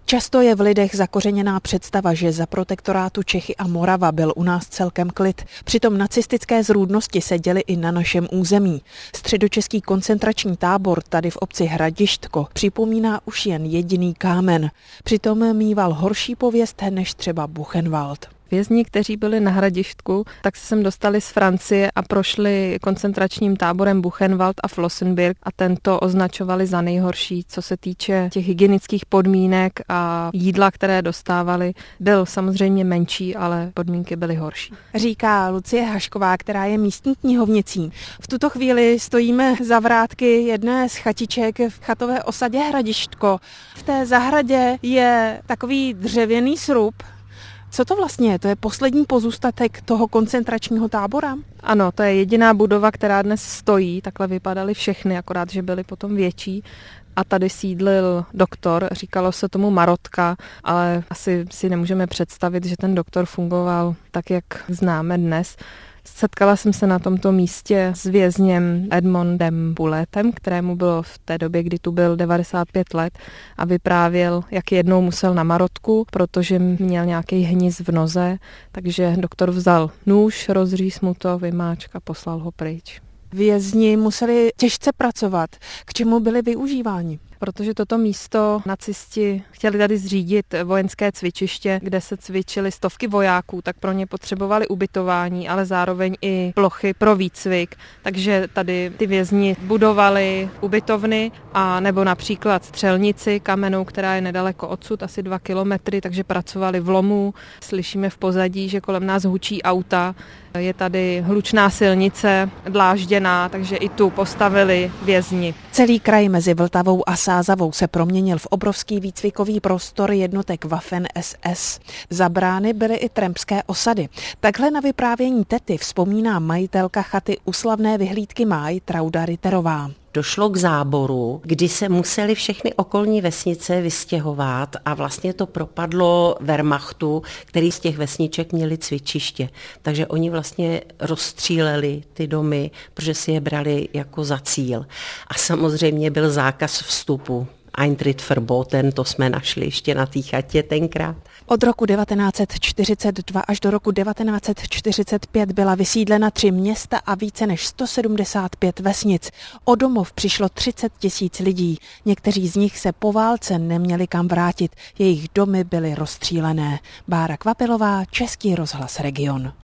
Často je v lidech zakořeněná představa, že za protektorátu Čechy a Morava byl u nás celkem klid. Přitom nacistické zrůdnosti se děly i na našem území. Středočeský koncentrační tábor tady v obci Hradištko připomíná už jen jediný kámen. Přitom mýval horší pověst než třeba Buchenwald. Vězni, kteří byli na Hradištku, tak se sem dostali z Francie a prošli koncentračním táborem Buchenwald a Flossenbürg a tento označovali za nejhorší, co se týče těch hygienických podmínek a jídla, které dostávali. Byl samozřejmě menší, ale podmínky byly horší. Říká Lucie Hašková, která je místní knihovnicí. V tuto chvíli stojíme za vrátky jedné z chatiček v chatové osadě Hradištko. V té zahradě je takový dřevěný srub. Co to vlastně je? To je poslední pozůstatek toho koncentračního tábora? Ano, to je jediná budova, která dnes stojí. Takhle vypadaly všechny, akorát, že byly potom větší. A tady sídlil doktor, říkalo se tomu Marotka, ale asi si nemůžeme představit, že ten doktor fungoval tak, jak známe dnes. Setkala jsem se na tomto místě s vězněm Edmondem Buletem, kterému bylo v té době, kdy tu byl 95 let a vyprávěl, jak jednou musel na Marotku, protože měl nějaký hnis v noze, takže doktor vzal nůž, rozříz mu to, vymáčk a poslal ho pryč. Vězni museli těžce pracovat. K čemu byli využíváni? Protože toto místo nacisti chtěli tady zřídit vojenské cvičiště, kde se cvičily stovky vojáků, tak pro ně potřebovali ubytování, ale zároveň i plochy pro výcvik. Takže tady ty vězni budovali ubytovny a nebo například střelnici kamennou, která je nedaleko odsud, asi 2 kilometry, takže pracovali v lomu. Slyšíme v pozadí, že kolem nás hučí auta. Je tady hlučná silnice, dlážděná, takže i tu postavili vězni. Celý kraj mezi Vltavou a Sázavou se proměnil v obrovský výcvikový prostor jednotek Waffen SS. Za brány byly i trampské osady. Takhle na vyprávění tety vzpomíná majitelka chaty u slavné vyhlídky Máj Trauda Ritterová. Došlo k záboru, kdy se museli všechny okolní vesnice vystěhovat a vlastně to propadlo Wehrmachtu, který z těch vesniček měli cvičiště. Takže oni vlastně rozstříleli ty domy, protože si je brali jako za cíl. A samozřejmě byl zákaz vstupu. Eintritt verboten, to jsme našli ještě na té chatě tenkrát. Od roku 1942 až do roku 1945 byla vysídlena 3 města a více než 175 vesnic. O domov přišlo 30 000 lidí. Někteří z nich se po válce neměli kam vrátit. Jejich domy byly rozstřílené. Bára Kvapilová, Český rozhlas Region.